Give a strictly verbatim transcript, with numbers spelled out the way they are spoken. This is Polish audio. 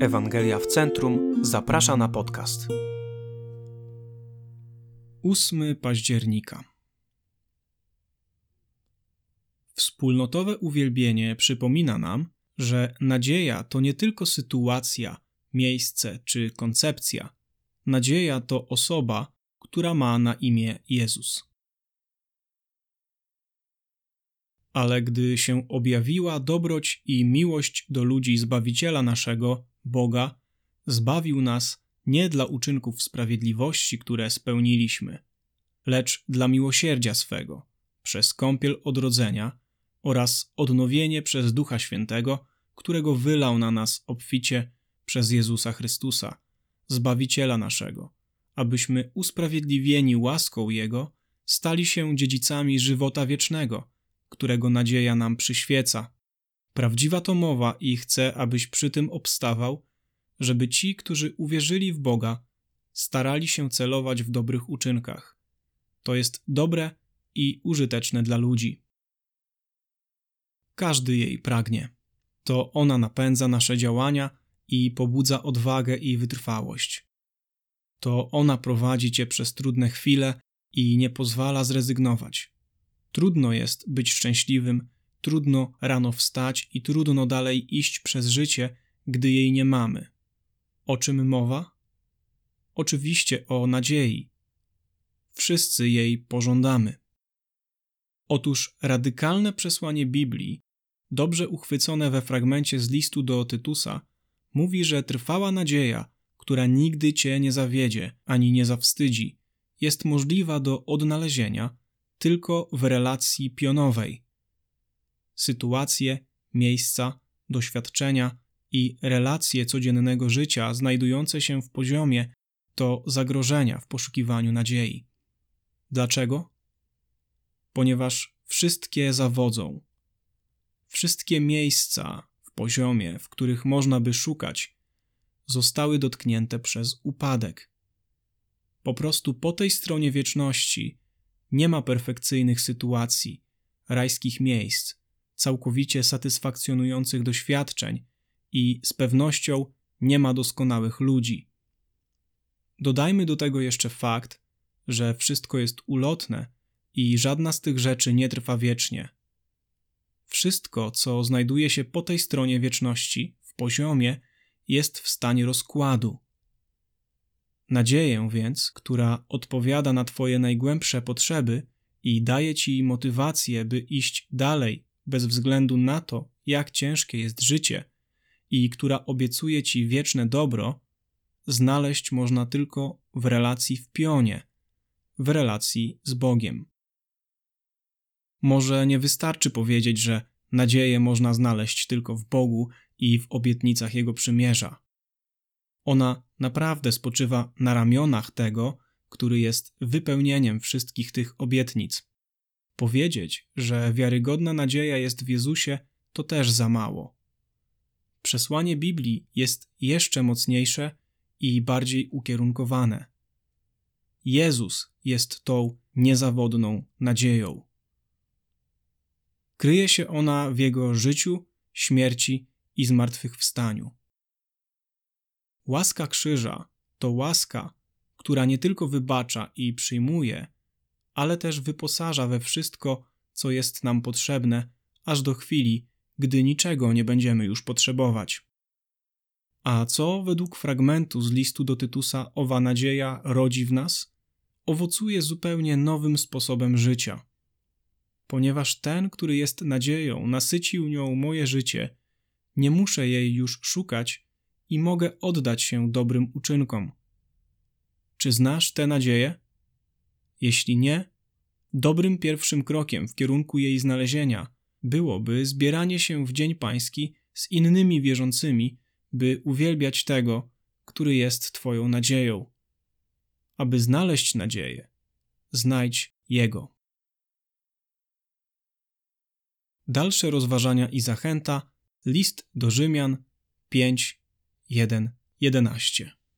Ewangelia w Centrum zaprasza na podcast. ósmego października. Wspólnotowe uwielbienie przypomina nam, że nadzieja to nie tylko sytuacja, miejsce czy koncepcja. Nadzieja to osoba, która ma na imię Jezus. Ale gdy się objawiła dobroć i miłość do ludzi Zbawiciela naszego, Boga, zbawił nas nie dla uczynków sprawiedliwości, które spełniliśmy, lecz dla miłosierdzia swego, przez kąpiel odrodzenia oraz odnowienie przez Ducha Świętego, którego wylał na nas obficie przez Jezusa Chrystusa, Zbawiciela naszego, abyśmy usprawiedliwieni łaską Jego stali się dziedzicami żywota wiecznego, którego nadzieja nam przyświeca. Prawdziwa to mowa i chcę, abyś przy tym obstawał, żeby ci, którzy uwierzyli w Boga, starali się celować w dobrych uczynkach. To jest dobre i użyteczne dla ludzi. Każdy jej pragnie. To ona napędza nasze działania i pobudza odwagę i wytrwałość. To ona prowadzi cię przez trudne chwile i nie pozwala zrezygnować. Trudno jest być szczęśliwym, trudno rano wstać i trudno dalej iść przez życie, gdy jej nie mamy. O czym mowa? Oczywiście o nadziei. Wszyscy jej pożądamy. Otóż radykalne przesłanie Biblii, dobrze uchwycone we fragmencie z listu do Tytusa, mówi, że trwała nadzieja, która nigdy cię nie zawiedzie ani nie zawstydzi, jest możliwa do odnalezienia tylko w relacji pionowej. Sytuacje, miejsca, doświadczenia i relacje codziennego życia znajdujące się w poziomie to zagrożenia w poszukiwaniu nadziei. Dlaczego? Ponieważ wszystkie zawodzą. Wszystkie miejsca w poziomie, w których można by szukać, zostały dotknięte przez upadek. Po prostu po tej stronie wieczności nie ma perfekcyjnych sytuacji, rajskich miejsc, całkowicie satysfakcjonujących doświadczeń i z pewnością nie ma doskonałych ludzi. Dodajmy do tego jeszcze fakt, że wszystko jest ulotne i żadna z tych rzeczy nie trwa wiecznie. Wszystko, co znajduje się po tej stronie wieczności, w poziomie, jest w stanie rozkładu. Nadzieję więc, która odpowiada na twoje najgłębsze potrzeby i daje ci motywację, by iść dalej bez względu na to, jak ciężkie jest życie i która obiecuje ci wieczne dobro, znaleźć można tylko w relacji w pionie, w relacji z Bogiem. Może nie wystarczy powiedzieć, że nadzieję można znaleźć tylko w Bogu i w obietnicach Jego przymierza. Ona naprawdę spoczywa na ramionach tego, który jest wypełnieniem wszystkich tych obietnic. Powiedzieć, że wiarygodna nadzieja jest w Jezusie, to też za mało. Przesłanie Biblii jest jeszcze mocniejsze i bardziej ukierunkowane. Jezus jest tą niezawodną nadzieją. Kryje się ona w Jego życiu, śmierci i zmartwychwstaniu. Łaska krzyża to łaska, która nie tylko wybacza i przyjmuje, ale też wyposaża we wszystko, co jest nam potrzebne, aż do chwili, gdy niczego nie będziemy już potrzebować. A co według fragmentu z listu do Tytusa owa nadzieja rodzi w nas? Owocuje zupełnie nowym sposobem życia. Ponieważ ten, który jest nadzieją, nasycił nią moje życie, nie muszę jej już szukać i mogę oddać się dobrym uczynkom. Czy znasz tę nadzieję? Jeśli nie, dobrym pierwszym krokiem w kierunku jej znalezienia byłoby zbieranie się w Dzień Pański z innymi wierzącymi, by uwielbiać tego, który jest twoją nadzieją. Aby znaleźć nadzieję, znajdź Jego. Dalsze rozważania i zachęta. List do Rzymian pięć, jeden, jedenaście.